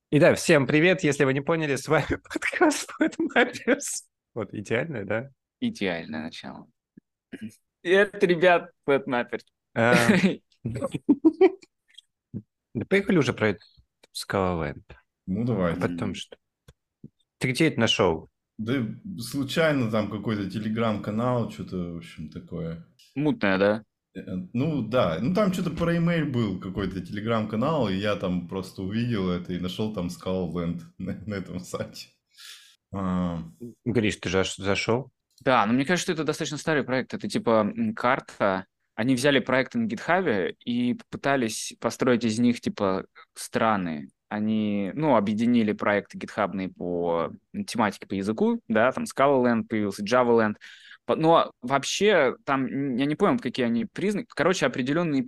И да, всем привет, если вы не поняли, с вами подкаст Matters. Вот, идеально, да? Идеальное начало. И это, ребят, Пэтмаппер. А, Да поехали уже про это Скалоленд. Ну, А давайте. потом что? Ты где это нашел? Да случайно там какой-то телеграм-канал, что-то, в общем, такое. Мутное, да? Ну, да. Ну, там что-то про имейл был какой-то телеграм-канал, и я там просто увидел это и нашел там Skullland на этом сайте. А, Гриш, ты же зашел? Да, но мне кажется, что это достаточно старый проект. Это типа карта. Они взяли проекты на GitHub и попытались построить из них типа страны. Они, ну, объединили проекты гитхабные по тематике, по языку, да, там Scalaland появился, JavaLand. Но вообще там, я не понял, какие они признаки. Короче, определенные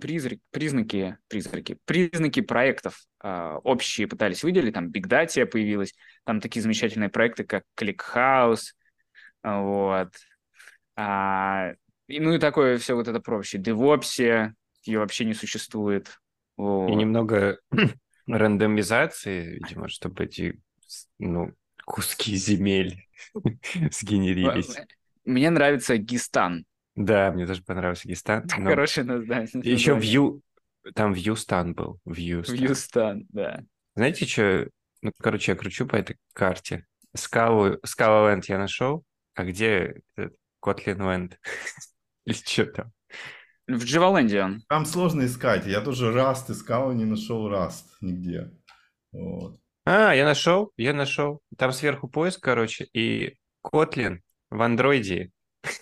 признаки проектов общие пытались выделить. Там Big Data появилась, там такие замечательные проекты, как ClickHouse, вот. Ну и такое все вот это прочее. DevOps, ее вообще не существует. И Вот. немного рандомизации, видимо, чтобы эти, ну, куски земель сгенерились. Мне нравится Гистан. Да, мне тоже понравился Гистан, но Хорошее еще название. там Вьюстан был, Вьюстан. Вьюстан, да. Знаете, что? Ну, короче, я кручу по этой карте. Скалаленд я нашел, а где этот Котлинленд? Или что там? В Дживаленде он. Там сложно искать. Я тоже Rust искал, не нашел Rust нигде. Вот. Я нашел. Там сверху поиск, короче, и Котлин в андроиде.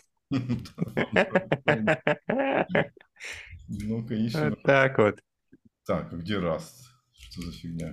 Ну-ка, ищем. Вот так вот. Так, а где Rust? Что за фигня?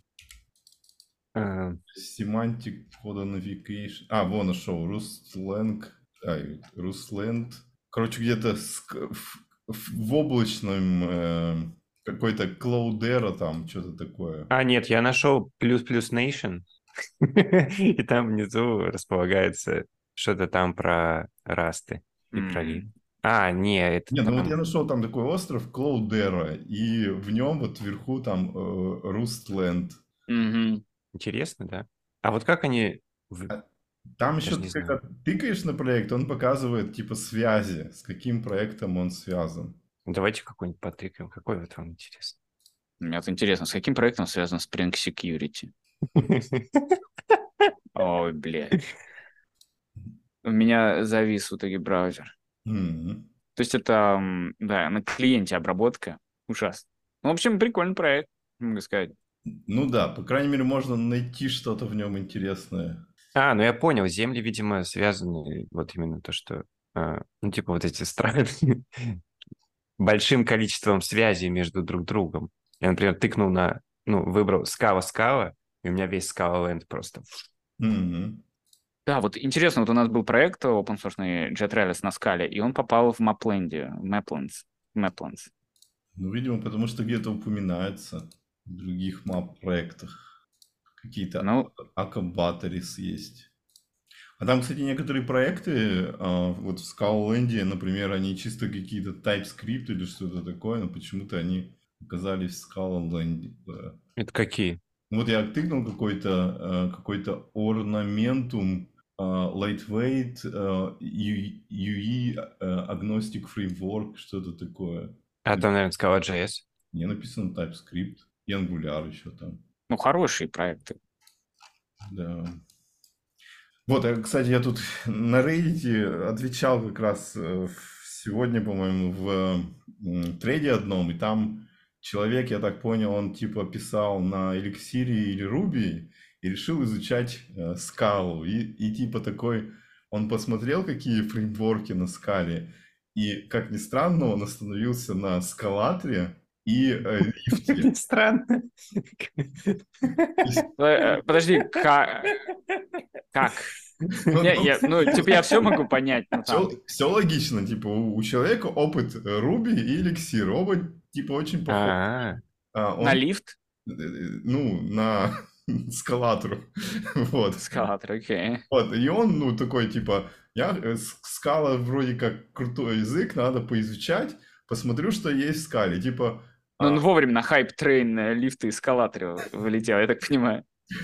А, Semantic Codification. А, вон нашел. Ruslang. Ай, Rusland. Короче, где-то в облачном какой-то Cloudera там, что-то такое. нет, я нашел плюс-плюс Nation, и там внизу располагается что-то там про расты и про лид. М. Не, это Не, ну вот я там... нашел там такой остров Cloudera, и в нем вот вверху там Rustland. Мгм. Интересно, да? А вот как они... А там еще Даже не ты знаю. когда тыкаешь на проект, он показывает типа связи, с каким проектом он связан. Давайте какой-нибудь потыкаем. Какой вот вам интересно? Мне вот интересно, с каким проектом связан Spring Security? Ой, блядь. У меня завис в итоге браузер. М. То есть это, да, на клиенте обработка. Ужасно. Ну, в общем, прикольный проект, могу сказать. Ну да, по крайней мере, можно найти что-то в нем интересное. Ну я понял. Земли, видимо, связаны вот именно то, что... ну, типа вот эти страны большим количеством связей между друг другом. Я, например, тыкнул на... Ну, выбрал скала-скала, и у меня весь Скалаленд просто... Мгм. Да, вот интересно, вот у нас был проект open source JetRails на скале, и он попал в Mapland, Maplands. Ну, видимо, потому что где-то упоминается в других мап-проектах. Какие-то Ну, Akka Batteries есть. А там, кстати, некоторые проекты, вот в Skullland, например, они чисто какие-то TypeScript или что-то такое, но почему-то они оказались в Skullland. Да. Это какие? Ну, вот я тыкнул какой-то Ornamentum Lightweight UE Agnostic Framework, что-то такое. Там, наверное, Scala.js. Не написано TypeScript и Angular еще там. ну, хорошие проекты. Да. Вот, кстати, я тут на Reddit отвечал как раз сегодня, по-моему, в трейде одном, и там человек, я так понял, он типа писал на Эликсире или Руби и решил изучать скалу. И типа такой, он посмотрел, какие фреймворки на скале, и, как ни странно, он остановился на скалатре и лифте. Странно. Подожди, как? Ну, типа, я все могу понять, но там. Все логично, типа у человека опыт Руби и Эликсир, оба типа очень похожи. А, На Он, лифт? ну, на скалатору, вот. Эскалатор, окей. Вот, и он, ну, такой, типа, скала вроде как крутой язык, надо поизучать, посмотрю, что есть в скале. Типа, Но А, он вовремя на хайп-трейн лифта и эскалатора вылетел, я так понимаю.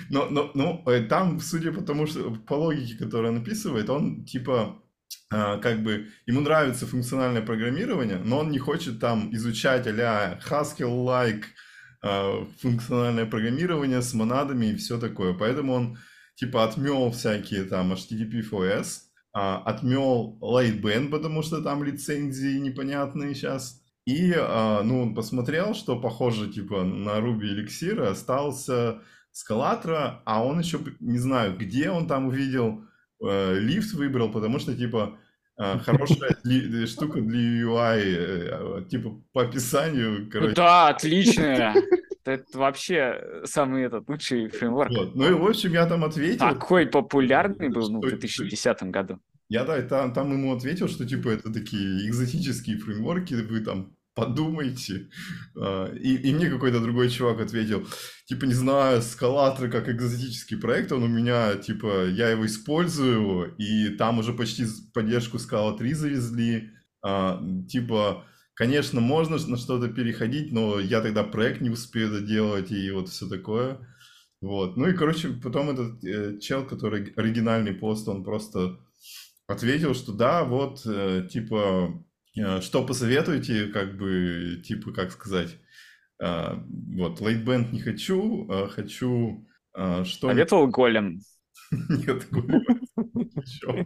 Там, судя по тому, что по логике, которую он описывает, он типа как бы ему нравится функциональное программирование, но он не хочет там изучать а-ля Haskell-like функциональное программирование с монадами и все такое. Поэтому он типа отмел всякие там HTTP4S, отмел Lightband, потому что там лицензии непонятные сейчас. И, он посмотрел, что похоже, типа, на Ruby Elixir остался Scalatra, а он еще, не знаю, где он там увидел, лифт выбрал, потому что, типа, хорошая штука для UI, типа, по описанию, Ну короче. да, отлично. Это вообще самый лучший фреймворк. Вот. Ну и, в общем, я там ответил, Такой популярный был в что, 2010 году. я там ему ответил, что типа это такие экзотические фреймворки, вы там подумайте. И мне какой-то другой чувак ответил, типа, не знаю, Scalatra как экзотический проект, он у меня, типа, я его использую, и там уже почти поддержку Scala 3 завезли. Типа, конечно, можно на что-то переходить, но я тогда проект не успею доделать, и вот все такое. Вот. Ну и, короче, потом этот чел, который оригинальный пост, он просто ответил, что да, вот, типа, что посоветуете, как бы, типа, как сказать, вот, лейтбенд не хочу, хочу что-нибудь... Советовал голем. Нет, ничего.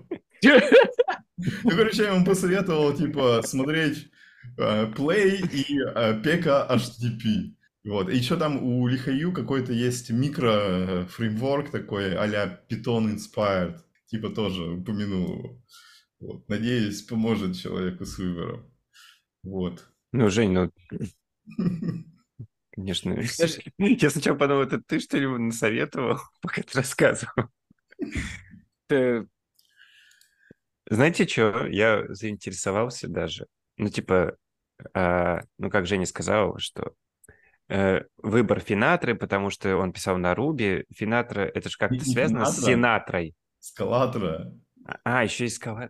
Ну, короче, я ему посоветовал, типа, смотреть Play и Peka HTTP. Вот. И еще там у Лихаю какой-то есть микро-фреймворк такой а-ля Python Inspired. Типа тоже упомянул его. Вот. Надеюсь, поможет человеку с выбором. Вот. Ну, Жень, ну, конечно. Я сначала подумал, это ты, что ли, ему насоветовал, пока ты рассказывал. Ты- Знаете что? Я заинтересовался даже. Ну, типа, ну, как Женя сказал, что выбор Финатры, потому что он писал на Руби. Финатра, это же как-то Не связано с Финатра, Синатрой. Scalatra. Еще и Скала.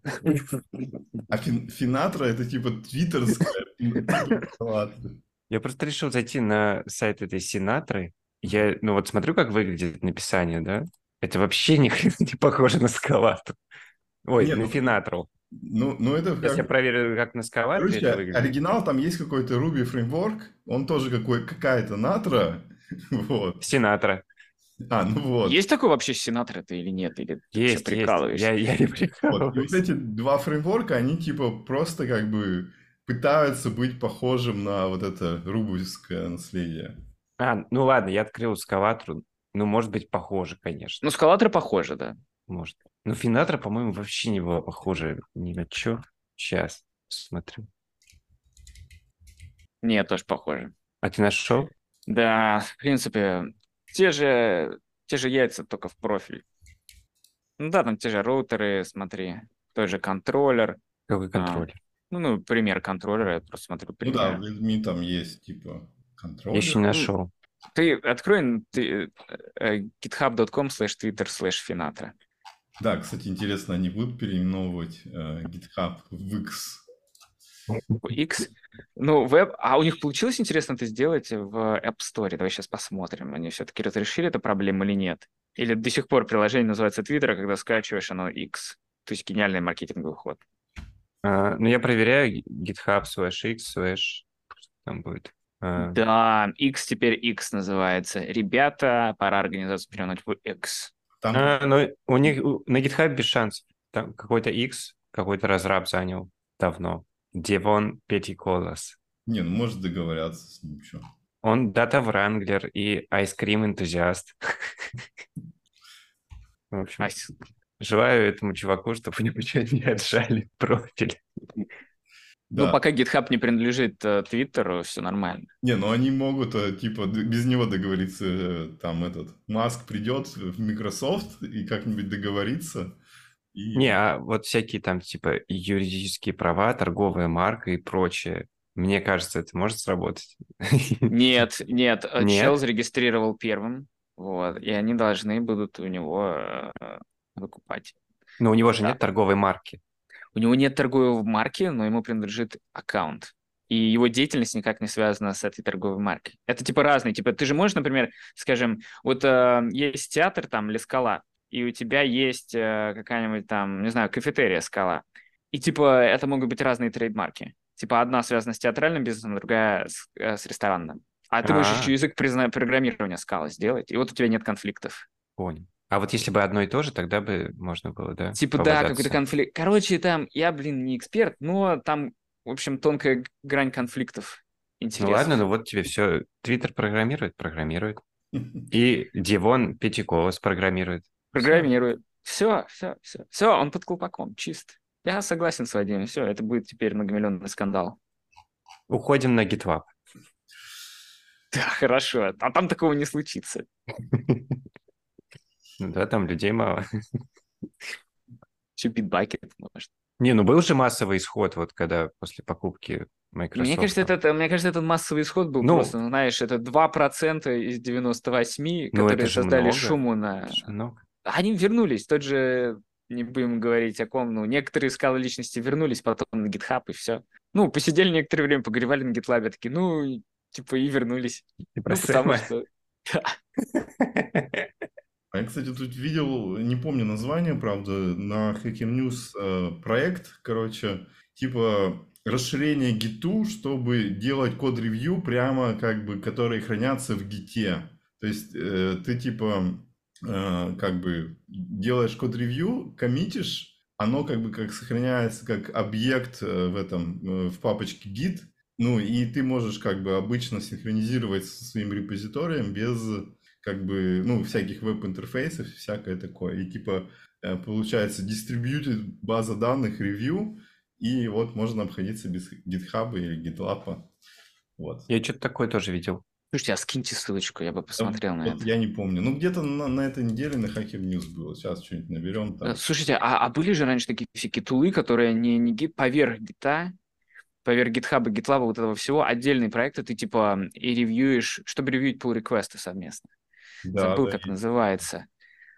А Финатра это типа твиттерская Scalatra. Я просто решил зайти на сайт этой Синатры. Я, ну вот смотрю, как выглядит написание, да? Это вообще ни хрена не похоже на Скалатру. Ой, Не, на ну, Финатру. это Сейчас я как... проверю, как на Скалатре Короче, это выглядит. оригинал, там есть какой-то Ruby фреймворк, он тоже какая-то натра, вот. Синатра. Ну вот. Есть такой вообще сенатор это или нет? Или ты вообще Есть. Я прикалываешься? не Вот. И вот прикалываюсь. эти два фреймворка, они типа просто как бы пытаются быть похожим на вот это рубовское наследие. Ну ладно, я открыл Скалатру. Ну, может быть, похоже, конечно. Ну, скалатор похоже, да. Может. Но Финатра, по-моему, вообще не была похожа ни на что. Сейчас смотрю. Нет, тоже похоже. А ты нашел? Да, в принципе, те же, те же яйца, только в профиль. Ну да, там те же роутеры, смотри, той же контроллер. Какой А, контроль? пример контроллера, я просто смотрю Ну да, в пример. Redmi там есть типа Я еще не контроллер. нашел. Ты открой github.com/twitter/finatra. Да, кстати, интересно, они будут переименовывать GitHub в X? X. Ну, веб... А у них получилось, интересно, это сделать в App Store? Давай сейчас посмотрим, они все-таки разрешили эту проблему или нет. Или до сих пор приложение называется Twitter, а когда скачиваешь, оно X. То есть гениальный маркетинговый ход. Ну, я проверяю github/x/ что там будет. Да, X теперь X называется. Ребята, пора организацию переименовать в X. Там, Ну, у них на GitHub без шансов. Там какой-то X, какой-то разраб занял давно. Девон Петиколас. не, ну может договорятся с ним, что. Он дата Wrangler и айскрим энтузиаст. В общем, желаю этому чуваку, чтобы у него ничего не отжали профиль. Ну, Да. пока GitHub не принадлежит Твиттеру, все нормально. Не, ну они могут, типа, без него договориться, там этот, Маск придет в Microsoft и как-нибудь договориться. Не, а вот всякие там типа юридические права, торговая марка и прочее. Мне кажется, это может сработать. Нет, чел Нет? зарегистрировал первым, вот, и они должны будут у него выкупать. Но у него же Да. нет торговой марки. У него нет торговой марки, но ему принадлежит аккаунт. и его деятельность никак не связана с этой торговой маркой. Это типа разные. Типа ты же можешь, например, скажем, вот есть театр там Скала, и у тебя есть какая-нибудь там, не знаю, кафетерия Скала. И типа это могут быть разные трейдмарки. Типа одна связана с театральным бизнесом, другая с ресторанным. А ты можешь еще А, язык программирования Scala сделать, и вот у тебя нет конфликтов. понял. А вот если бы одно и то же, тогда бы можно было, да, Типа, да, какой-то пободаться. конфликт. Короче, там, я, блин, не эксперт, но там, в общем, тонкая грань конфликтов, Ну ладно, ну интересов. вот тебе все. Твиттер программирует, программирует. И Дивон Пятикова спрограммирует. Все. Программирует. Все, все, все. Все, он под колпаком, чист. Я согласен с Вадимом, все, это будет теперь многомиллионный скандал. Уходим на GitLab. Да, хорошо, а там такого не случится. Ну да, там людей мало. Че, Bitbucket, может. Не, ну был же массовый исход, вот когда после покупки Мне кажется, Microsoft. мне кажется, этот массовый исход был Ну, просто, ну, знаешь, это 2% из 98, ну это которые же создали много. шуму Это на... же много. Они вернулись, тот же, не будем говорить о ком, ну, некоторые скалы личности вернулись потом на GitHub и все. Ну, посидели некоторое время, погревали на GitLab, такие, ну, типа, и вернулись. И про Ну, потому Сэма. что... А я, кстати, тут видел, не помню название, правда, на Hacker News проект, короче, типа расширение гиту, чтобы делать код-ревью прямо как бы, которые хранятся в гите. То есть ты типа как бы делаешь код-ревью, коммитишь, оно как бы как сохраняется как объект в этом, в папочке git, ну и ты можешь как бы обычно синхронизировать со своим репозиторием без как бы, ну, всяких веб-интерфейсов, всякое такое. И типа получается distributed база данных review, и вот можно обходиться без GitHub или GitLab. Вот. Я что-то такое тоже видел. Слушайте, а скиньте ссылочку, я бы посмотрел на Вот это. я не помню. Ну, где-то на этой неделе на Hacker News было. Сейчас что-нибудь наберем там. Слушайте, а были же раньше такие всякие тулы, которые не гит, поверх гита, поверх GitHub, GitLab, вот этого всего, отдельные проекты, ты типа и ревьюешь, чтобы ревьюить pull реквесты совместно. Да, Забыл, да. как называется.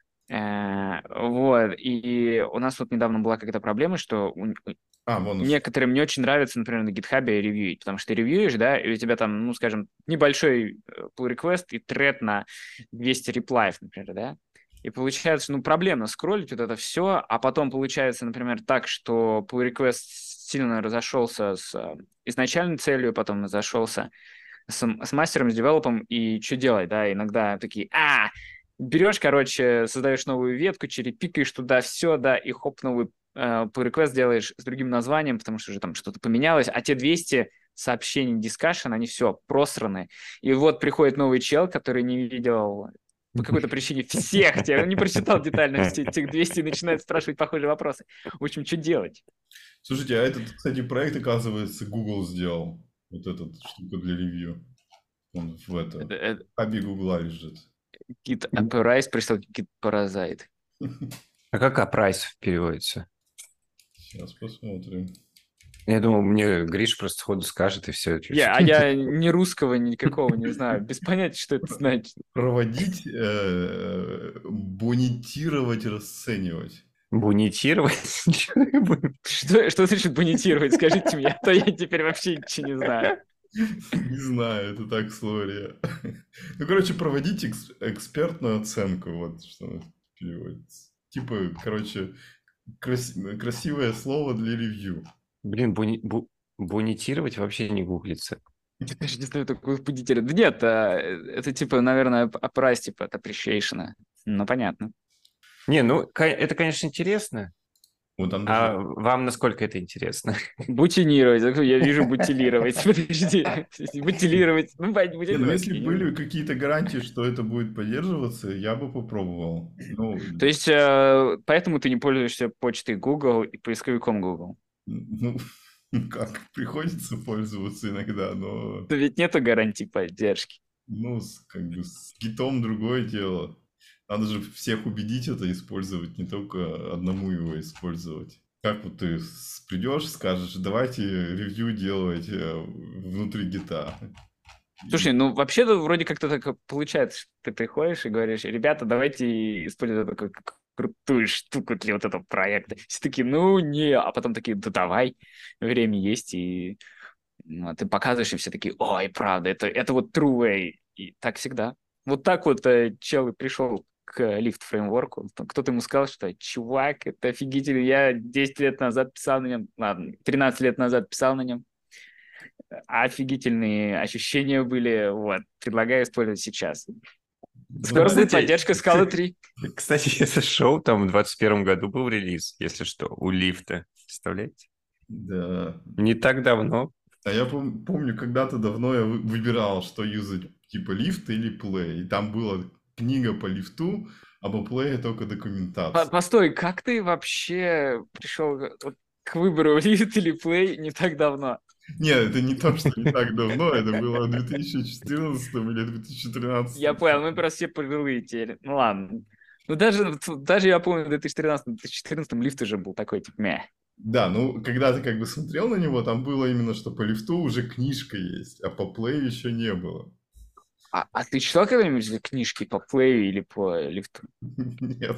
Вот, и у нас вот недавно была какая-то проблема, что Вон уж. некоторым не очень нравится, например, на GitHub ревьюить, потому что ты ревьюешь, да, и у тебя там, ну, скажем, небольшой pull request и тред на 200 реплаев, например, да, и получается, ну, проблемно скроллить вот это все, а потом получается, например, так, что pull request сильно разошелся с изначальной целью, потом разошелся с мастером, с девелопом, и что делать, да, иногда такие, берешь, короче, создаешь новую ветку, черепикаешь туда все, да, и хоп, новый pull request делаешь с другим названием, потому что уже там что-то поменялось, а те 200 сообщений дискашн, они все просраны. И вот приходит новый чел, который не видел по какой-то причине всех тех, он не прочитал детально все этих 200 и начинает спрашивать похожие вопросы. В общем, что делать? Слушайте, а этот, кстати, проект, оказывается, Google сделал. Вот этот штука для ревью. Он в это. Это В хабе Гугла лежит. Git Apperise прислал Git Parasite. А как апрайс переводится? Сейчас посмотрим. Я думал, мне Гриш просто сходу скажет, и все. Я ни русского никакого не знаю, без понятия, что это значит. Проводить, бонитировать, расценивать. Бунитировать? Что значит бонитировать? Скажите мне, а то я теперь вообще ничего не знаю. Не знаю, это так слово. Ну, короче, проводить экспертную оценку, вот что переводится. Типа, короче, красивое слово для ревью. Блин, бунитировать вообще не гуглится. Я даже не знаю такого победителя. Да нет, это типа, наверное, апрайс, типа, от appreciation. Ну, понятно. Не, ну, это, конечно, интересно. Вот там А даже... вам насколько это интересно? Бутинировать. Я вижу бутилировать. Подожди. Бутилировать. Ну, Не, ну бутилировать. если были какие-то гарантии, что это будет поддерживаться, я бы попробовал. Ну, То есть, поэтому ты не пользуешься почтой Google и поисковиком Google? ну, как, приходится пользоваться иногда, но, Но ведь нету гарантии поддержки. ну, как бы с гитом другое дело. Надо же всех убедить это использовать, не только одному его использовать. Как вот ты придешь, скажешь, давайте ревью делать внутри гита. Слушай, ну вообще-то вроде как-то так получается, что ты приходишь и говоришь, ребята, давайте использовать эту как крутую штуку для вот этого проекта. Все такие, ну не, а потом такие, да давай, время есть, и Ну, ты показываешь, и все такие, ой, правда, это вот true way. И так всегда. Вот так вот чел и пришел к лифт-фреймворку. Кто-то ему сказал, что, чувак, это офигительно, я 10 лет назад писал на нем, ладно, 13 лет назад писал на нем, офигительные ощущения были, вот, предлагаю использовать сейчас. Ну, Скоро будет Кстати, поддержка Scala 3. кстати, это шоу там в 21 году был релиз, если что, у лифта. Представляете? да. Не так давно. А я помню, когда-то давно я выбирал, что юзать, типа лифт или play. И там была книга по лифту, а по плею только документация. Постой, как ты вообще пришел к выбору лифт или плей не так давно? Нет, это не то, что не так давно, это было в 2014 или 2013. Я понял, мы просто все пожилые теперь. Ну ладно. Ну даже я помню, в 2013-2014 лифт уже был такой, типа, мeh. Да, ну, когда ты как бы смотрел на него, там было именно, что по лифту уже книжка есть, а по плею еще не было. А ты читал когда-нибудь книжки по плею или по лифту? Нет.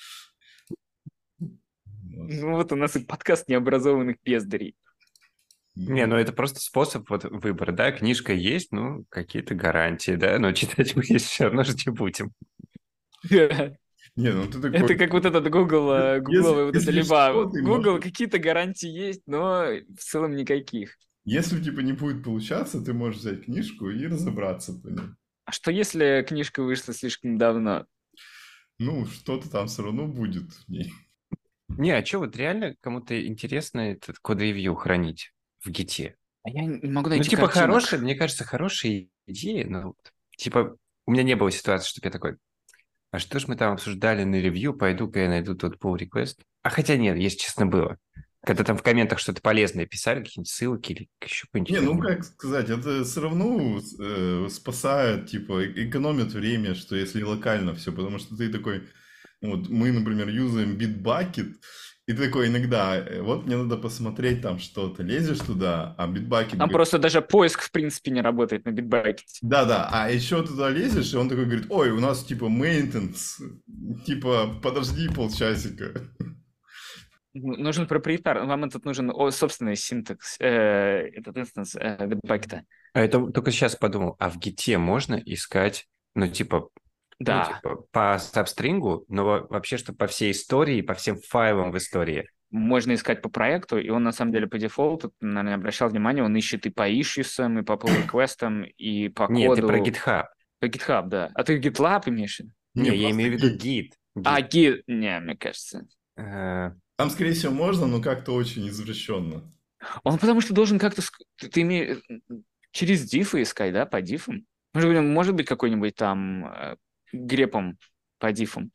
Вот. Ну вот у нас и подкаст необразованных бездарей. Не, ну это просто способ вот выбора, да, книжка есть, ну, какие-то гарантии, да, но читать мы все равно же не будем. Не, ну ты Это такой, как вот этот Google, гугловый вот это, если либо что, ты Google, можешь, какие-то гарантии есть, но в целом никаких. если типа не будет получаться, ты можешь взять книжку и разобраться по ней. А что если книжка вышла слишком давно? Ну, что-то там все равно будет в ней. Не, а что, вот реально кому-то интересно этот код-ревью хранить в гите? А я не могу Ну, найти типа, картинок. хорошая, мне кажется, хорошая идея, но, вот, типа, у меня не было ситуации, чтобы я такой, а что ж мы там обсуждали на ревью, пойду-ка я найду тот pull request. А хотя нет, если честно, было. Когда там в комментах что-то полезное писали, какие-нибудь ссылки или еще какую-нибудь Не, ну фигню. как сказать, это все равно спасает, типа, экономит время, что если локально все, потому что ты такой, вот мы, например, юзаем Bitbucket, и ты такой иногда, вот мне надо посмотреть там что-то, лезешь туда, а Bitbucket Там говорит, просто даже поиск, в принципе, не работает на Bitbucket. да-да, а еще туда лезешь, и он такой говорит, ой, у нас типа maintenance, типа, подожди полчасика. Нужен проприетар. Вам этот нужен собственный синтекс, этот инстанс Bitbucket. А это только сейчас подумал, а в гите можно искать, ну, типа, Да, по сабстрингу, но вообще, что по всей истории, по всем файлам в истории. можно искать по проекту, и он на самом деле по дефолту, ты, наверное, обращал внимание, он ищет и по issues, и по pull реквестам, и по Нет, ты про коду. GitHub. По GitHub, да. А ты GitLab имеешь в виду? Не, Не, я просто имею в виду гид. гид. А, Гид. Git, не, мне кажется. Там, скорее всего, можно, но как-то очень извращенно. Он потому что должен как-то... Ты имеешь... Через дифы искать, да, по дифам? Может быть какой-нибудь там грепом по дифам.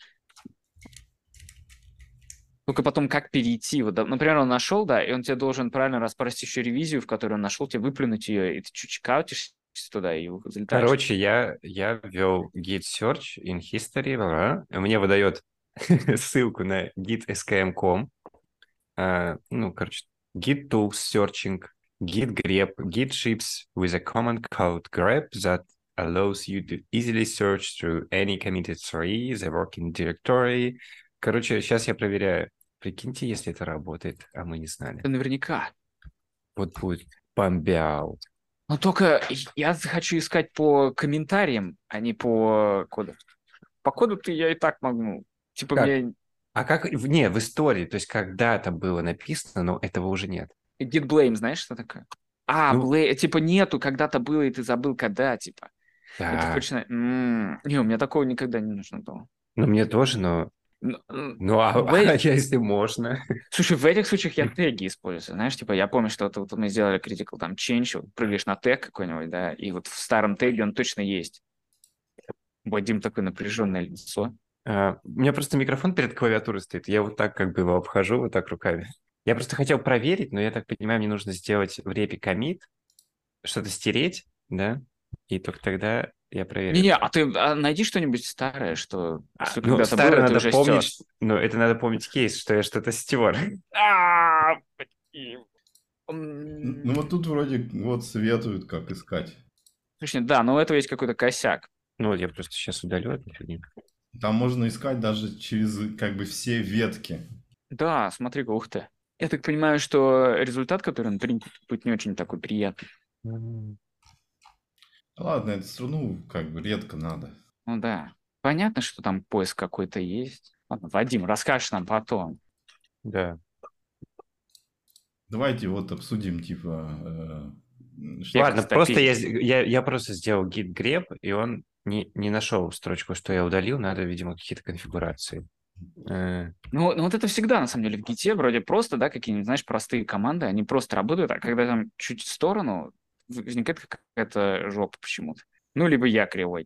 Только потом как перейти. Вот, например, он нашел, да, и он тебе должен правильно распоросить еще ревизию, в которой он нашел, тебе выплюнуть ее, и ты чуть чекаутишь туда и залетаешь. Короче, я ввел git search in history, и мне выдает ссылку на git skm.com. Ну, короче, git tools searching, git grep, git ships with a common code grep that allows you to easily search through any committed tree, the working directory. Короче, сейчас я проверяю. Прикиньте, если это работает, а мы не знали. Это наверняка. Вот будет бомбяу. Но только я хочу искать по комментариям, а не по коду. По коду-то я и так могу. Типа Как? мне А как? Не, в истории, то есть когда-то было написано, но этого уже нет. git blame, знаешь, что такое? А, Ну, типа нету, когда-то было, и ты забыл, когда, типа. И ты да. хочешь... Не, у меня такого никогда не нужно было. Ну, мне тоже, но... Ну, а если можно? Слушай, в этих случаях я теги использую, знаешь, типа я помню, что вот мы сделали critical там change, вот прыгаешь на тег какой-нибудь, да, и вот в старом теге он точно есть. Вадим такое напряженное лицо. У меня просто микрофон перед клавиатурой стоит, я вот так как бы его обхожу, вот так руками. Я просто хотел проверить, но я так понимаю, мне нужно сделать в репе коммит, что-то стереть, да, и только тогда я проверю. Не-не, а ты найди что-нибудь старое, что Ну, когда-то было, старое ты надо уже стер. помнить, но это надо помнить кейс, что я что-то стер. Блин. Ну вот тут вроде вот советуют, как искать. Точно, да, но у этого есть какой-то косяк. Ну, вот я просто сейчас удалю эту фигню. Там можно искать даже через как бы все ветки. Да, смотри-ка, ух ты. Я так понимаю, что результат, который он принят, будет не очень такой приятный. М, Ладно, это все равно как бы редко надо. Ну да. Понятно, что там поиск какой-то есть. Ладно, Вадим, расскажешь нам потом. Да. Давайте вот обсудим, типа, Пека Ладно, просто стопили. я просто сделал git grep, и он не нашел строчку, что я удалил. Надо, видимо, какие-то конфигурации. Э, Ну вот это всегда, на самом деле, в Гите вроде просто, да, какие-нибудь, знаешь, простые команды, они просто работают, а когда там чуть в сторону, возникает какая-то жопа почему-то. Ну, либо я кривой.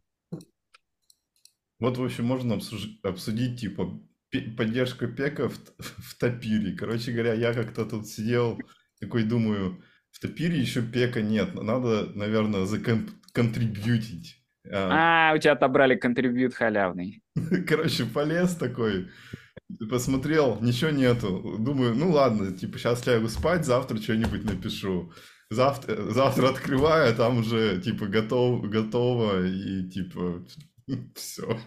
вот, в общем, можно обсудить, типа, поддержку пека в топире. Короче говоря, я как-то тут сидел, такой думаю, в топире еще пека нет, надо, наверное, законтрибьютить. У тебя отобрали контрибьют халявный. Короче, полез такой, посмотрел, ничего нету. Думаю, ну ладно, типа, сейчас лягу спать, завтра что-нибудь напишу. Завтра открываю, а там уже, типа, готово, и, типа, все.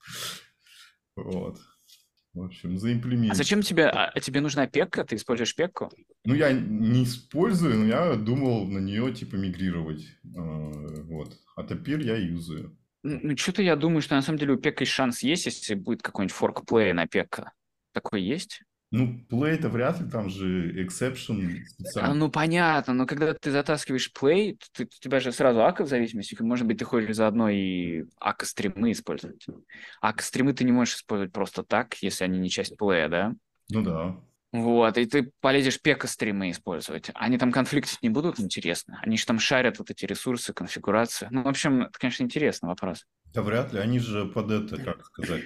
Вот. В общем, А заимплементировал. зачем тебе, тебе нужна пекка? Ты используешь пекку? Ну, я не использую, но я думал на нее, типа, мигрировать. Вот. А теперь я юзаю. Ну, что-то я думаю, что на самом деле у пекка шанс есть, если будет какой-нибудь форк плея на пекка. Такой есть? Ну, play-то вряд ли, там же exception специально. Ну, понятно, но когда ты затаскиваешь плей, у тебя же сразу ака в зависимости, может быть, ты хочешь заодно и ака-стримы использовать. Ака-стримы ты не можешь использовать просто так, если они не часть плея, да? Ну да. Вот, и ты полезешь пека-стримы использовать. Они там конфликтить не будут, интересно. Они же там шарят вот эти ресурсы, конфигурацию. Ну, в общем, это, конечно, интересный вопрос. Да вряд ли. Они же под это, как сказать,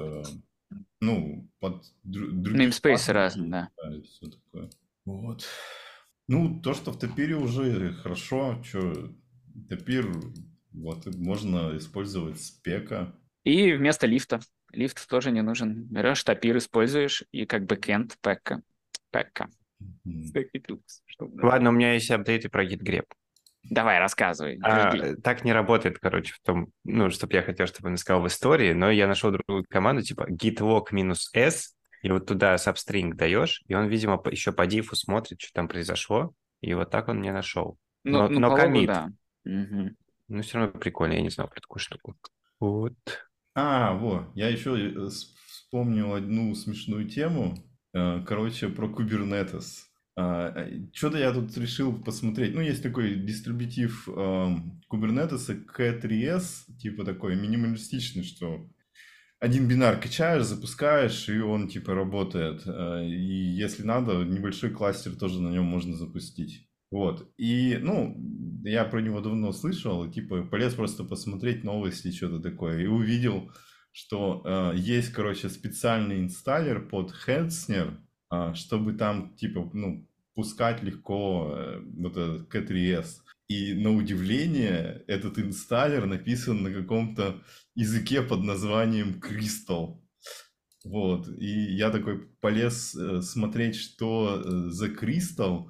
ну, под другие Namespace разные, паблики, да. да, и все такое. Вот. Ну, то, что в топире уже хорошо, что топир, вот, можно использовать спека. И вместо лифта. Лифт тоже не нужен. Берешь топир, используешь, и как бэкэнд пекка. Пекка. М. Чтобы Ладно, называть. у меня есть апдейты про git grep. Давай, рассказывай, жги. Так не работает, короче, в том, ну, чтобы я хотел, чтобы он искал в истории, но я нашел другую команду, типа gitlog -s, и вот туда substring даешь, и он, видимо, еще по дифу смотрит, что там произошло, и вот так он мне нашел. Ну, Но по логу, комит, да. Мгм. ну, все равно прикольно, я не знал про такую штуку. Вот. Во, я еще вспомнил одну смешную тему, короче, про Kubernetes. Что-то я тут решил посмотреть. Ну, есть такой дистрибутив Kubernetes K3s, типа такой минималистичный, что один бинар качаешь, запускаешь, и он типа работает. И если надо, небольшой кластер тоже на нем можно запустить. Вот. И, ну, я про него давно слышал, и типа полез просто посмотреть новости, что-то такое. И увидел, что есть, короче, специальный инсталлер под Hetzner, чтобы там, типа, ну, пускать легко вот этот K3s. И на удивление, этот инсталлер написан на каком-то языке под названием Crystal. Вот. И я такой полез смотреть, что за Crystal.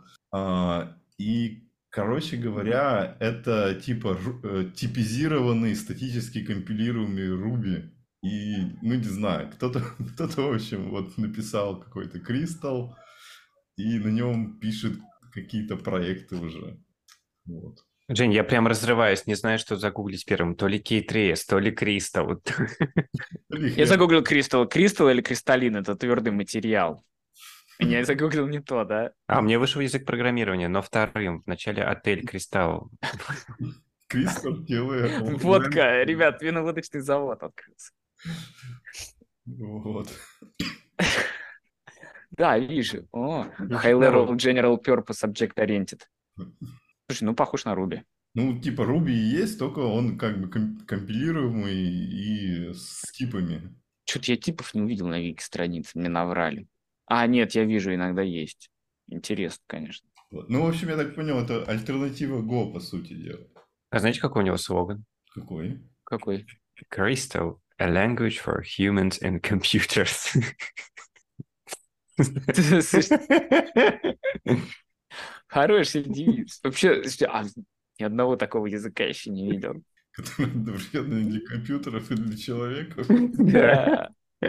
И, короче говоря, это типа типизированный статически компилируемый Ruby. И, ну, не знаю, кто-то, в общем, вот написал какой-то Crystal, и на нем пишет какие-то проекты уже. Вот. Жень, я прям разрываюсь, не знаю, что загуглить первым. То ли K3S, то ли Crystal. Вот. Или Я хрен. загуглил кристалл. Кристалл или кристаллин– это твердый материал. Я загуглил не то, да? Мне вышел язык программирования, но вторым. Вначале отель Кристалл. Crystal делает Водка, ребят, виноводочный завод открылся. Вот. Да, вижу. О, Ну, High что-то Level народ. General Purpose Object Oriented. Слушай, ну похож на Ruby. Ну, типа Ruby и есть, только он как бы компилируемый и с типами. Что-то я типов не увидел на вики-странице, мне наврали. Нет, я вижу, иногда есть. Интересно, конечно. Вот. Ну, в общем, я так понял, это альтернатива Go, по сути дела. А знаете, какой у него слоган? Какой? Какой? Crystal, a language for humans and computers. Хороший девиз. Вообще, ни одного такого языка еще не видел. Который одновременно и для компьютеров, и для человека. Да.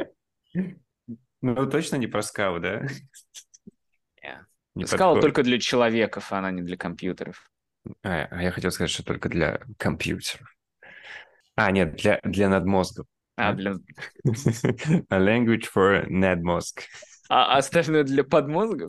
Ну, точно не про скау, да? Не Скала подходит. только для человеков, а она не для компьютеров. А я хотел сказать, что только для компьютеров. А, нет, для надмозгов. А, Да? A language for надмозг. а остальное для подмозгов?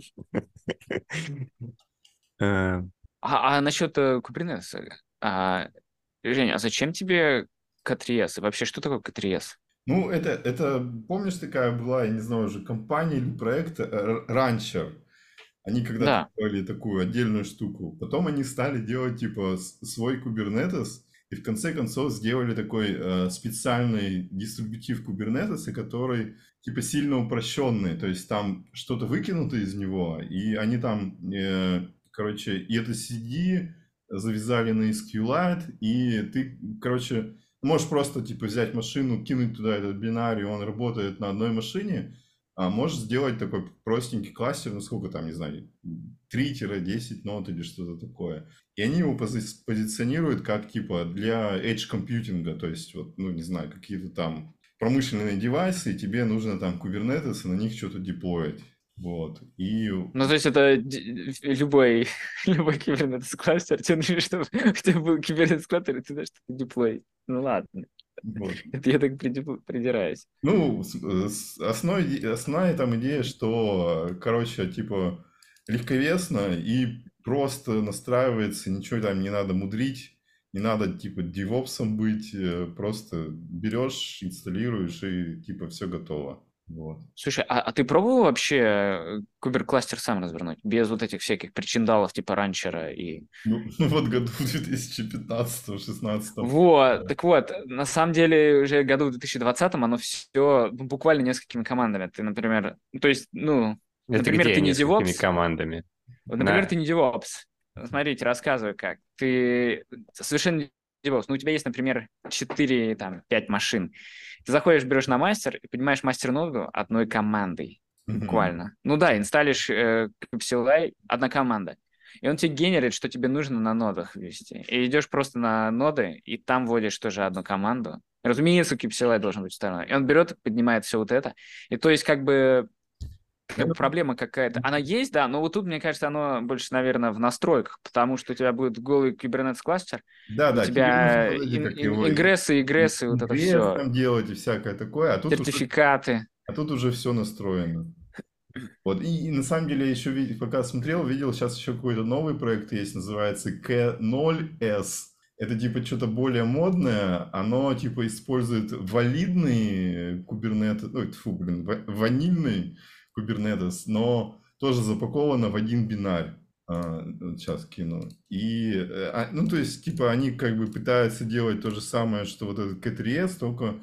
Э, А насчет Kubernetes? А, Жень, а зачем тебе K3S? И вообще, что такое K3S? Ну, помнишь, такая была, я не знаю, уже компания или проект Rancher. Они когда-то Да. делали такую отдельную штуку. Потом они стали делать, типа, свой Kubernetes. И в конце концов сделали такой специальный дистрибутив Kubernetes, который, типа, сильно упрощенный. То есть там что-то выкинуто из него, и они там, короче, и это CD завязали на SQLite, и ты, короче, можешь просто, типа, взять машину, кинуть туда этот бинарий, он работает на одной машине, а можешь сделать такой простенький кластер, ну сколько там, не знаю, 3-10 нот или что-то такое. И они его позиционируют как типа для edge компьютинга, то есть вот, ну не знаю, какие-то там промышленные девайсы, и тебе нужно там Kubernetes и на них что-то деплоить. Вот. И Ну, то есть это любой, любой Kubernetes кластер, тебе нужно, чтобы у тебя был Kubernetes кластер, и ты знаешь, что ты деплой. Ну ладно, вот. это я так придираюсь. Ну, основная там идея, что, короче, типа, легковесно и просто настраивается, ничего там не надо мудрить, не надо, типа, девопсом быть, просто берешь, инсталируешь и, типа, все готово. Вот. Слушай, а ты пробовал вообще кубер-кластер сам развернуть? Без вот этих всяких причиндалов типа ранчера и... Ну, вот году в 2015-16. Вот, так вот, на самом деле уже году в 2020 оно все буквально несколькими командами. Ты, например, то есть, ну, Это например, где ты не несколькими DevOps, командами? вот, например, ты На... не DevOps. Смотрите, рассказываю как. Ты совершенно не DevOps. Ну, у тебя есть, например, 4, там, 5 машин. Ты заходишь, берешь на мастер и поднимаешь мастер-ноду одной командой. Мгм. Буквально. Ну да, инсталишь CLI, одна команда. И он тебе генерит, что тебе нужно на нодах ввести. И идешь просто на ноды, и там вводишь тоже одну команду. Разумеется, kubectli должен быть вставлен. И он берет, поднимает все вот это. И то есть как бы проблема какая-то. Она есть, да, но вот тут, мне кажется, оно больше, наверное, в настройках, потому что у тебя будет голый Kubernetes кластер, Да, у да, тебе нужно тебя вот эти, как его, ингрессы, игрессы, вот это ингресс все, там делать и всякое такое, сертификаты. а тут уже все настроено. Вот, и на самом деле еще пока смотрел, видел, сейчас еще какой-то новый проект есть, называется K0S. Это типа что-то более модное, оно типа использует валидный Kubernetes, ой, тьфу, блин, ванильный Kubernetes, но тоже запаковано в один бинарь. Вот сейчас кину. И, ну, то есть, типа, они как бы пытаются делать то же самое, что вот этот K3S, только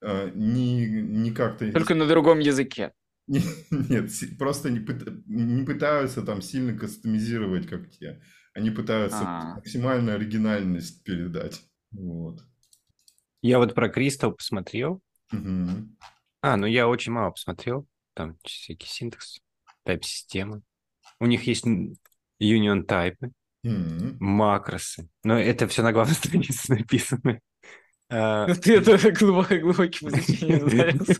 не как-то Только на другом языке. нет, просто не пытаются там сильно кастомизировать, как те. Они пытаются А, максимальную оригинальность передать. Вот. Я вот про Crystal посмотрел. Мгм. Ну я очень мало посмотрел. Там всякие синтекс, тайп-системы. У них есть union тайпы, Мгм. макросы. Но это все на главной странице написано. А, ну ты это глубоким изучением занялся.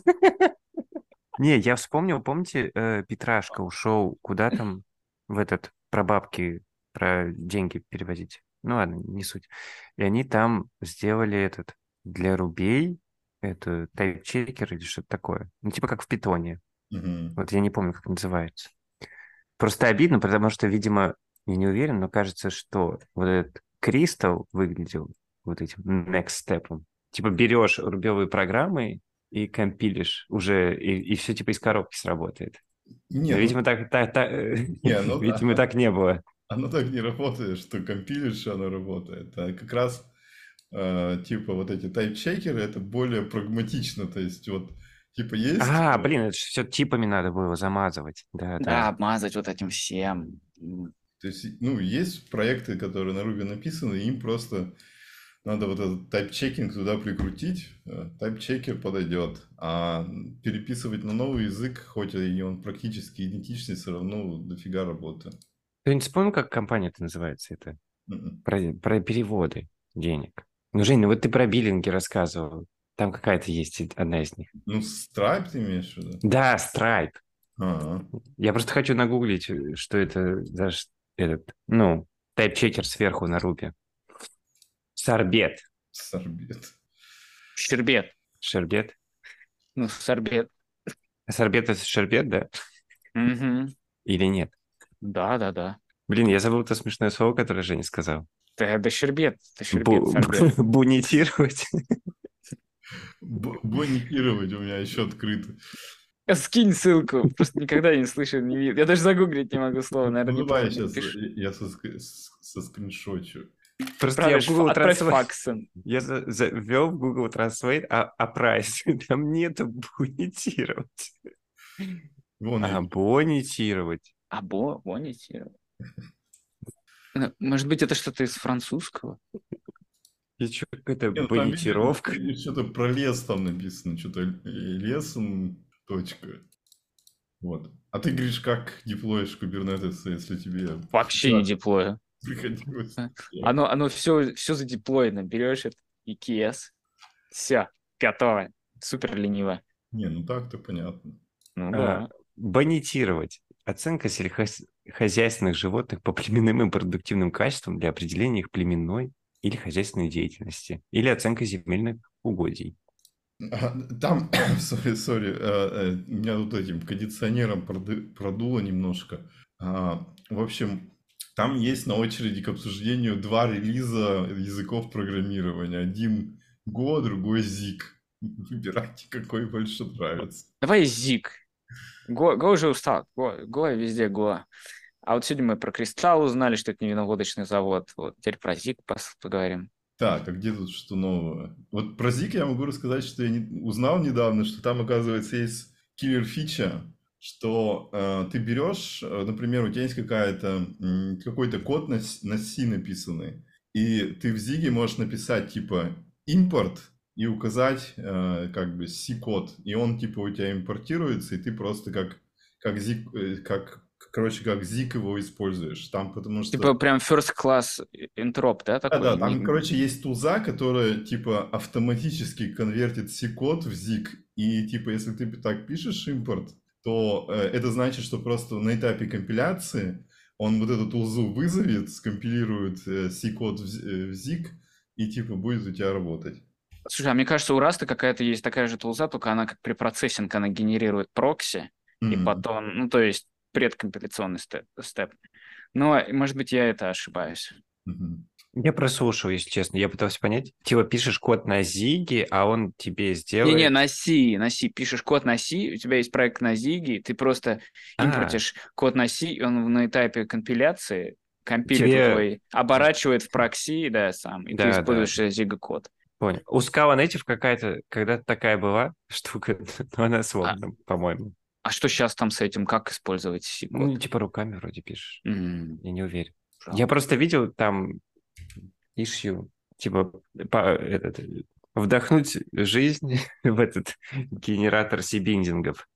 Не, я вспомнил, помните, Петрашка ушел куда там в этот, про бабки, про деньги переводить. Ну ладно, не суть. И они там сделали этот для рубей, это тайп-чекер или что-то такое. Ну типа как в питоне. Мгм. Вот я не помню, как называется. Просто обидно, потому что, видимо, я не уверен, но кажется, что вот этот Crystal выглядел вот этим next step. Типа берешь рубевые программы и компилишь уже, и все типа из коробки сработает. Не, Но, ну, видимо, не, ну да. видимо, так не было. Оно так не работает, что компилишь, оно работает. А как раз типа вот эти тайп-чекеры, это более прагматично. То есть вот типа есть. Блин, это все типами надо было замазывать. Да, Да, да. обмазать вот этим всем. То есть, ну, есть проекты, которые на Ruby написаны, и им просто надо вот этот тайп-чекинг туда прикрутить, тайп-чекер подойдет. А переписывать на новый язык, хоть и он практически идентичный, все равно дофига работы. Ты не вспомнил, как компания-то называется? Это Мгм. про переводы денег. Ну, Жень, ну вот ты про биллинги рассказывал. Там какая-то есть одна из них. Ну, Stripe ты имеешь в виду? Да, Stripe. Ага. Я просто хочу нагуглить, что это за этот, ну, Тайп-чекер сверху на рупе. Сорбет. Сорбет. Щербет. Шербет. Ну, сорбет. Сорбет это шербет, да? Мгм. Или нет? Да. Блин, я забыл то смешное слово, которое Женя сказал. Да щербет. Это щербет, сорбет. Бунитировать. Боникировать у меня еще открыто. Скинь ссылку. Просто никогда не слышал, не видел. Я даже загуглить не могу слово. Ну, Наверное, давай неправильно сейчас пишу. я соскриншочу. Просто я в Отправишь, Google отправь Translate... факсом. Я ввел в Google Translate, а прайс, там нету бунитировать. Вон я. Бонитировать. Монетировать. Может быть, это что-то из французского? И что, какая-то Не, ну там бонитировка? видишь, что-то про лес там написано, что-то лесом, точка. Вот. А ты говоришь, как деплоишь Kubernetes, если тебе Вообще не деплою. приходилось? Оно все задеплоено. Берешь это, EKS. Все, готово. Супер лениво. Не, ну так-то понятно. Ну А, да. Бонитировать. Оценка сельскохозяйственных животных по племенным и продуктивным качествам для определения их племенной или хозяйственной деятельности. Или оценка земельных угодий. Там, сори, меня тут этим кондиционером продуло немножко. В общем, там есть на очереди к обсуждению два релиза языков программирования. Один Go, другой Zig. Выбирайте, какой больше нравится. Давай Зиг. Го уже устал. Го везде Го. А вот сегодня мы про Кристалл узнали, что это не виноводочный завод. Вот теперь про Зиг поговорим. Так, а где тут что нового? Вот про Zig я могу рассказать, что я узнал недавно, что там, оказывается, есть киллер-фича, что ты берешь, например, у тебя есть какой-то код на C написанный, и ты в Zig можешь написать типа импорт и указать как бы C-код, и он типа у тебя импортируется, и ты просто как Zig, как Zig его используешь. Там потому что... Типа прям first class энтроп, да, такой? Да, там, короче, есть тулза, которая, типа, автоматически конвертит C-код в Zig. И, типа, если ты так пишешь импорт, то это значит, что просто на этапе компиляции он вот эту тулзу вызовет, скомпилирует C-код в Zig, и, типа, будет у тебя работать. Слушай, а мне кажется, у Раста какая-то есть такая же тулза, только она как препроцессинг, она генерирует прокси, и Мгм. потом, ну, то есть предкомпиляционный степ. Но, может быть, я это ошибаюсь. Мгм. Я прослушал, если честно. Я пытался понять. Типа пишешь код на Зиге, а он тебе Не-не, сделает... на C. Пишешь код на C, у тебя есть проект на Zig, ты просто А, импортишь код на C, и он на этапе компиляции компилит тебе... твой, оборачивает в прокси, да, сам, и ты Да, используешь Zig код. понял. У Scala Native какая-то, когда-то такая была штука, но она А, сломана, по-моему. а что сейчас там с этим? Как использовать Ну, C-код? типа руками вроде пишешь. Я не уверен. Я Жалко. просто видел там issue, типа вдохнуть жизнь в этот генератор сибиндингов.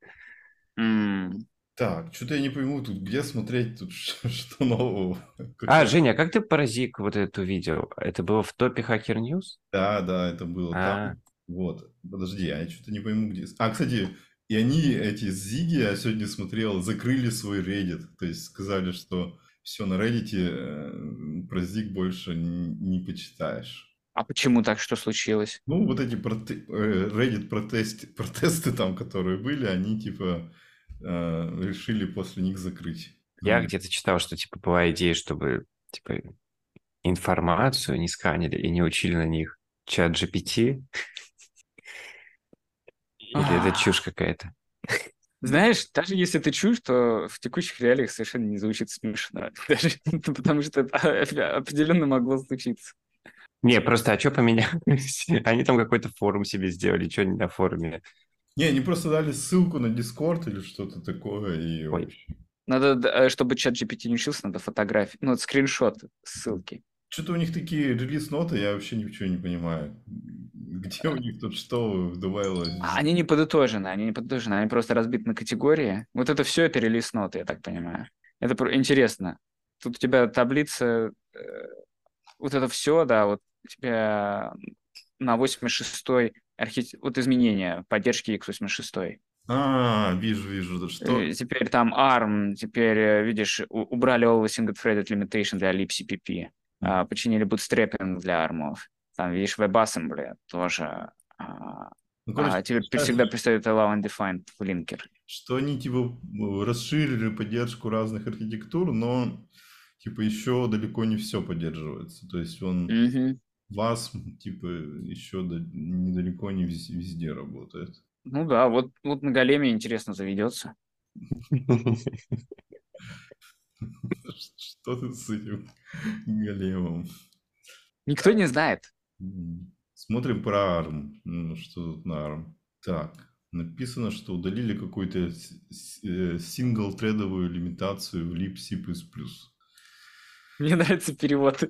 М. Так, что-то я не пойму тут, где смотреть тут, что нового. Женя, а как ты паразик вот это увидел? Это было в топе Hacker News? Да, это было там. А, Вот. Подожди, я что-то не пойму, где... Кстати, и они, эти Зиги, я сегодня смотрел, закрыли свой Reddit. То есть сказали, что все, на Reddit про Зиг больше не почитаешь. А почему так? Что случилось? Ну, вот эти Reddit протесты там, которые были, они типа решили после них закрыть. я где-то читал, что типа была идея, чтобы типа информацию не сканили и не учили на них чат GPT. Или это чушь какая-то? Знаешь, даже если ты чушь, то в текущих реалиях совершенно не звучит смешно. Даже потому что это определенно могло случиться. Не, просто, а что поменялось? Они там какой-то форум себе сделали, что они на форуме? Не, они просто дали ссылку на Discord или что-то такое, и Ой, вообще. Надо, чтобы чат GPT не учился, надо фотографии, ну, вот скриншот ссылки. Что-то у них такие релиз-ноты, я вообще ничего не понимаю. Где у них тут что добавилось? Они не подытожены, они просто разбиты на категории. Вот это все это релиз-ноты, я так понимаю. Это интересно. Тут у тебя таблица, вот это все, да, вот у тебя на 86-й вот изменения поддержки x86. Вижу. Что? Теперь там ARM, теперь, видишь, убрали Always Single-Threaded Limitation для libcpp, починили bootstrapping для ARM. Там, видишь, WebAssembly тоже. Ну, короче, Теперь всегда пристает Allow Undefined в линкер. что они типа расширили поддержку разных архитектур, но типа еще далеко не все поддерживается. То есть он вас типа еще недалеко не везде работает. Ну да, вот на Големе интересно заведется. Что ты с этим големом? Никто не знает. Смотрим про ARM. Что тут на ARM? Так, написано, что удалили какую-то сингл-тредовую лимитацию в libc++. Мне нравится перевод.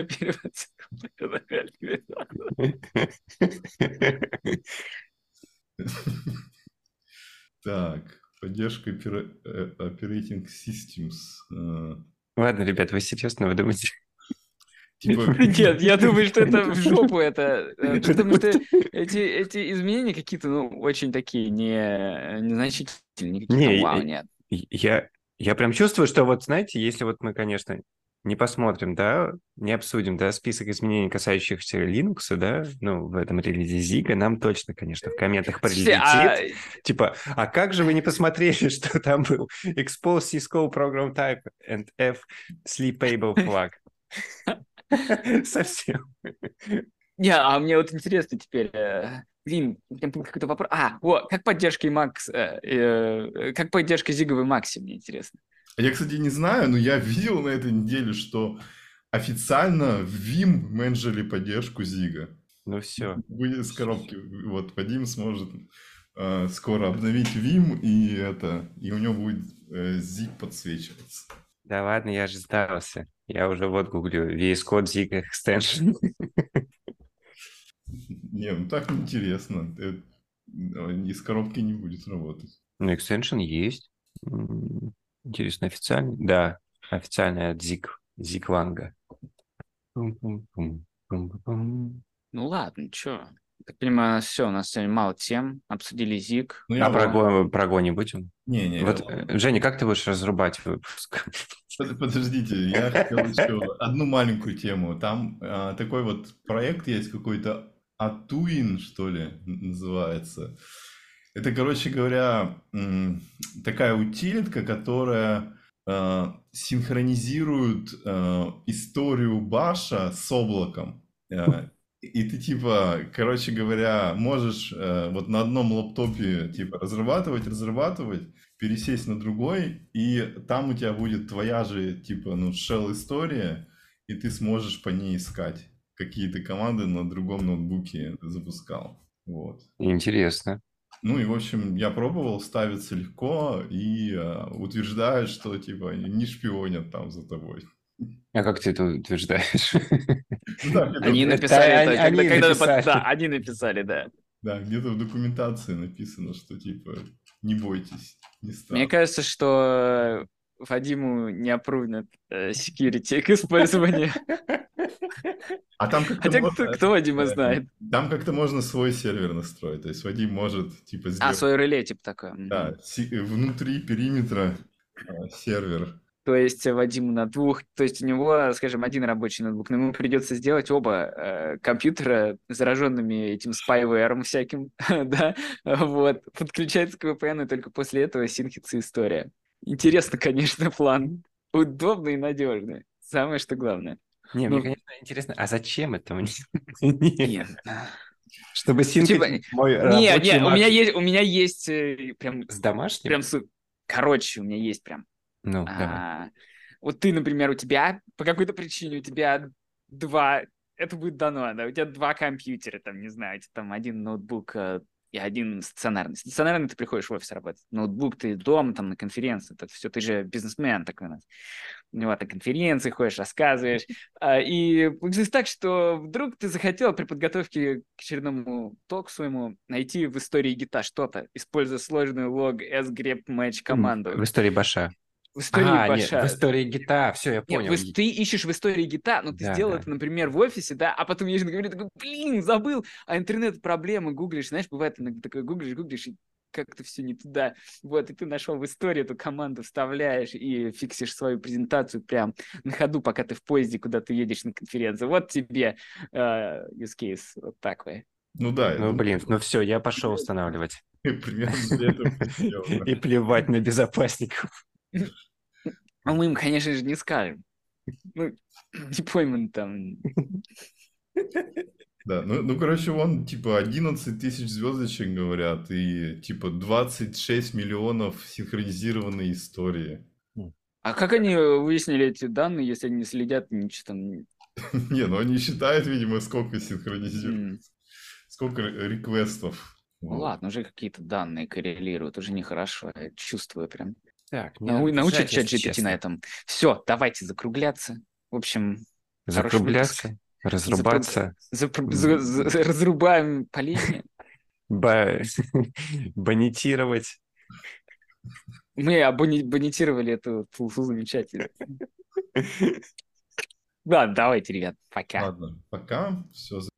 Так, поддержка Operating Systems. Ладно, ребят, вы серьезно, вы думаете? Типа, Нет, я думаю, что это в жопу это. Потому что эти изменения какие-то, ну, очень такие незначительные, никаких там вау нет. Я прям чувствую, что вот, знаете, если вот мы, конечно, не посмотрим, да, не обсудим, да, список изменений, касающихся Linux, да, ну, в этом релизе Zig, нам точно, конечно, в комментах прилетит. Типа, а как же вы не посмотрели, что там был expose Cisco program type and F sleepable flag? Совсем. Не, а мне вот интересно теперь, блин, у меня был какой-то вопрос. Как поддержка как поддержка зиговой Макси, мне интересно. Я, кстати, не знаю, но я видел на этой неделе, что официально в Vim менеджерили поддержку Зига. Ну все. Будет с коробки. Вот Вадим сможет скоро обновить Vim, и у него будет Zig подсвечиваться. Да ладно, я же сдался. Я уже вот гуглю VS Code Zig Extension. Не, ну так неинтересно. Из коробки не будет работать. Ну, Extension есть. Интересно, официальный? Да, официальный от Zig-Lang. Ну ладно, чё. Так понимаю, все, у нас сегодня мало тем. Обсудили Zig. Ну, А про Go не будем? Не. Вот, Женя, как ты будешь разрубать выпуск? Подождите, я хотел еще одну маленькую тему. Там такой вот проект есть какой-то, Atuin, что ли, называется. Это, короче говоря, такая утилитка, которая синхронизирует историю баша с облаком. И ты, типа, короче говоря, можешь вот на одном лаптопе, типа, разрабатывать, пересесть на другой, и там у тебя будет твоя же, типа, ну, shell-история, и ты сможешь по ней искать какие-то команды на другом ноутбуке запускал. Вот. Интересно. Ну и, в общем, я пробовал, ставится легко и утверждают, что, типа, не шпионят там за тобой. А как ты это утверждаешь? Они написали это, Да, они написали, да. Да, где-то в документации написано, что, типа, не бойтесь, не страшно. Мне кажется, что Вадиму не опрувнет security к использованию. А там как-то Хотя можно, кто Вадима знает? Там как-то можно свой сервер настроить. То есть Вадим может, типа, сделать... свой реле, типа такое. Да, внутри периметра сервер. То есть Вадиму то есть у него, скажем, один рабочий ноутбук, но ему придется сделать оба компьютера зараженными этим spyware всяким, да, вот, подключается к VPN, и только после этого синхится история. Интересно, конечно, план. Удобный и надежный. Самое, что главное. Не, мне, конечно, интересно, а зачем это мне? Нет. Чтобы синхить мой рабочий у меня есть прям... С домашним? Прям, короче, у меня есть прям... Ну, давай. Вот ты, например, у тебя, по какой-то причине, у тебя это будет дано, да, у тебя два компьютера, там, не знаю, у тебя там один ноутбук и один стационарный. Стационарный ты приходишь в офис работать, ноутбук ты дома, там, на конференции, это все, ты же бизнесмен такой у нас. Вот, на конференции ходишь, рассказываешь. И получилось так, что вдруг ты захотел при подготовке к очередному току своему найти в истории гита что-то, используя сложную log sgrep match команду. В истории баша. В истории баша. Нет, в истории гита, все, я понял. Ты ищешь в истории гита, но ты сделал это, например, в офисе, да, а потом едешь на говорю, такой, блин, забыл, а интернет-проблемы, гуглишь, знаешь, бывает иногда такое, гуглишь, и как-то все не туда. Вот, и ты нашел в истории эту команду, вставляешь и фиксишь свою презентацию прям на ходу, пока ты в поезде куда-то едешь на конференцию. Вот тебе use case, вот такой. Ну да, я Ну, думаю, блин, ну все, я пошел устанавливать. примерно для этого всё сделано. И плевать на безопасников. А мы им, конечно же, не скажем. Ну, не пойман там. Да, ну, короче, вон, типа, 11 тысяч звездочек, говорят, и, типа, 26 миллионов синхронизированной истории. А как они выяснили эти данные, если они не следят, ничего там... Не, ну они считают, видимо, сколько синхронизируется, М. сколько реквестов. Ну Вот. ладно, уже какие-то данные коррелируют, уже нехорошо, я чувствую прям. Так, мне надо Научат бежать, если чат GPT на честно. этом. Все, давайте закругляться. В общем, хороший выпуск. Закругляться, разрубаться, Разрубаем поленья. ба- банитировать. Мы абонетировали эту фулфу замечательно. Да, давайте, ребят, пока. Ладно, пока, все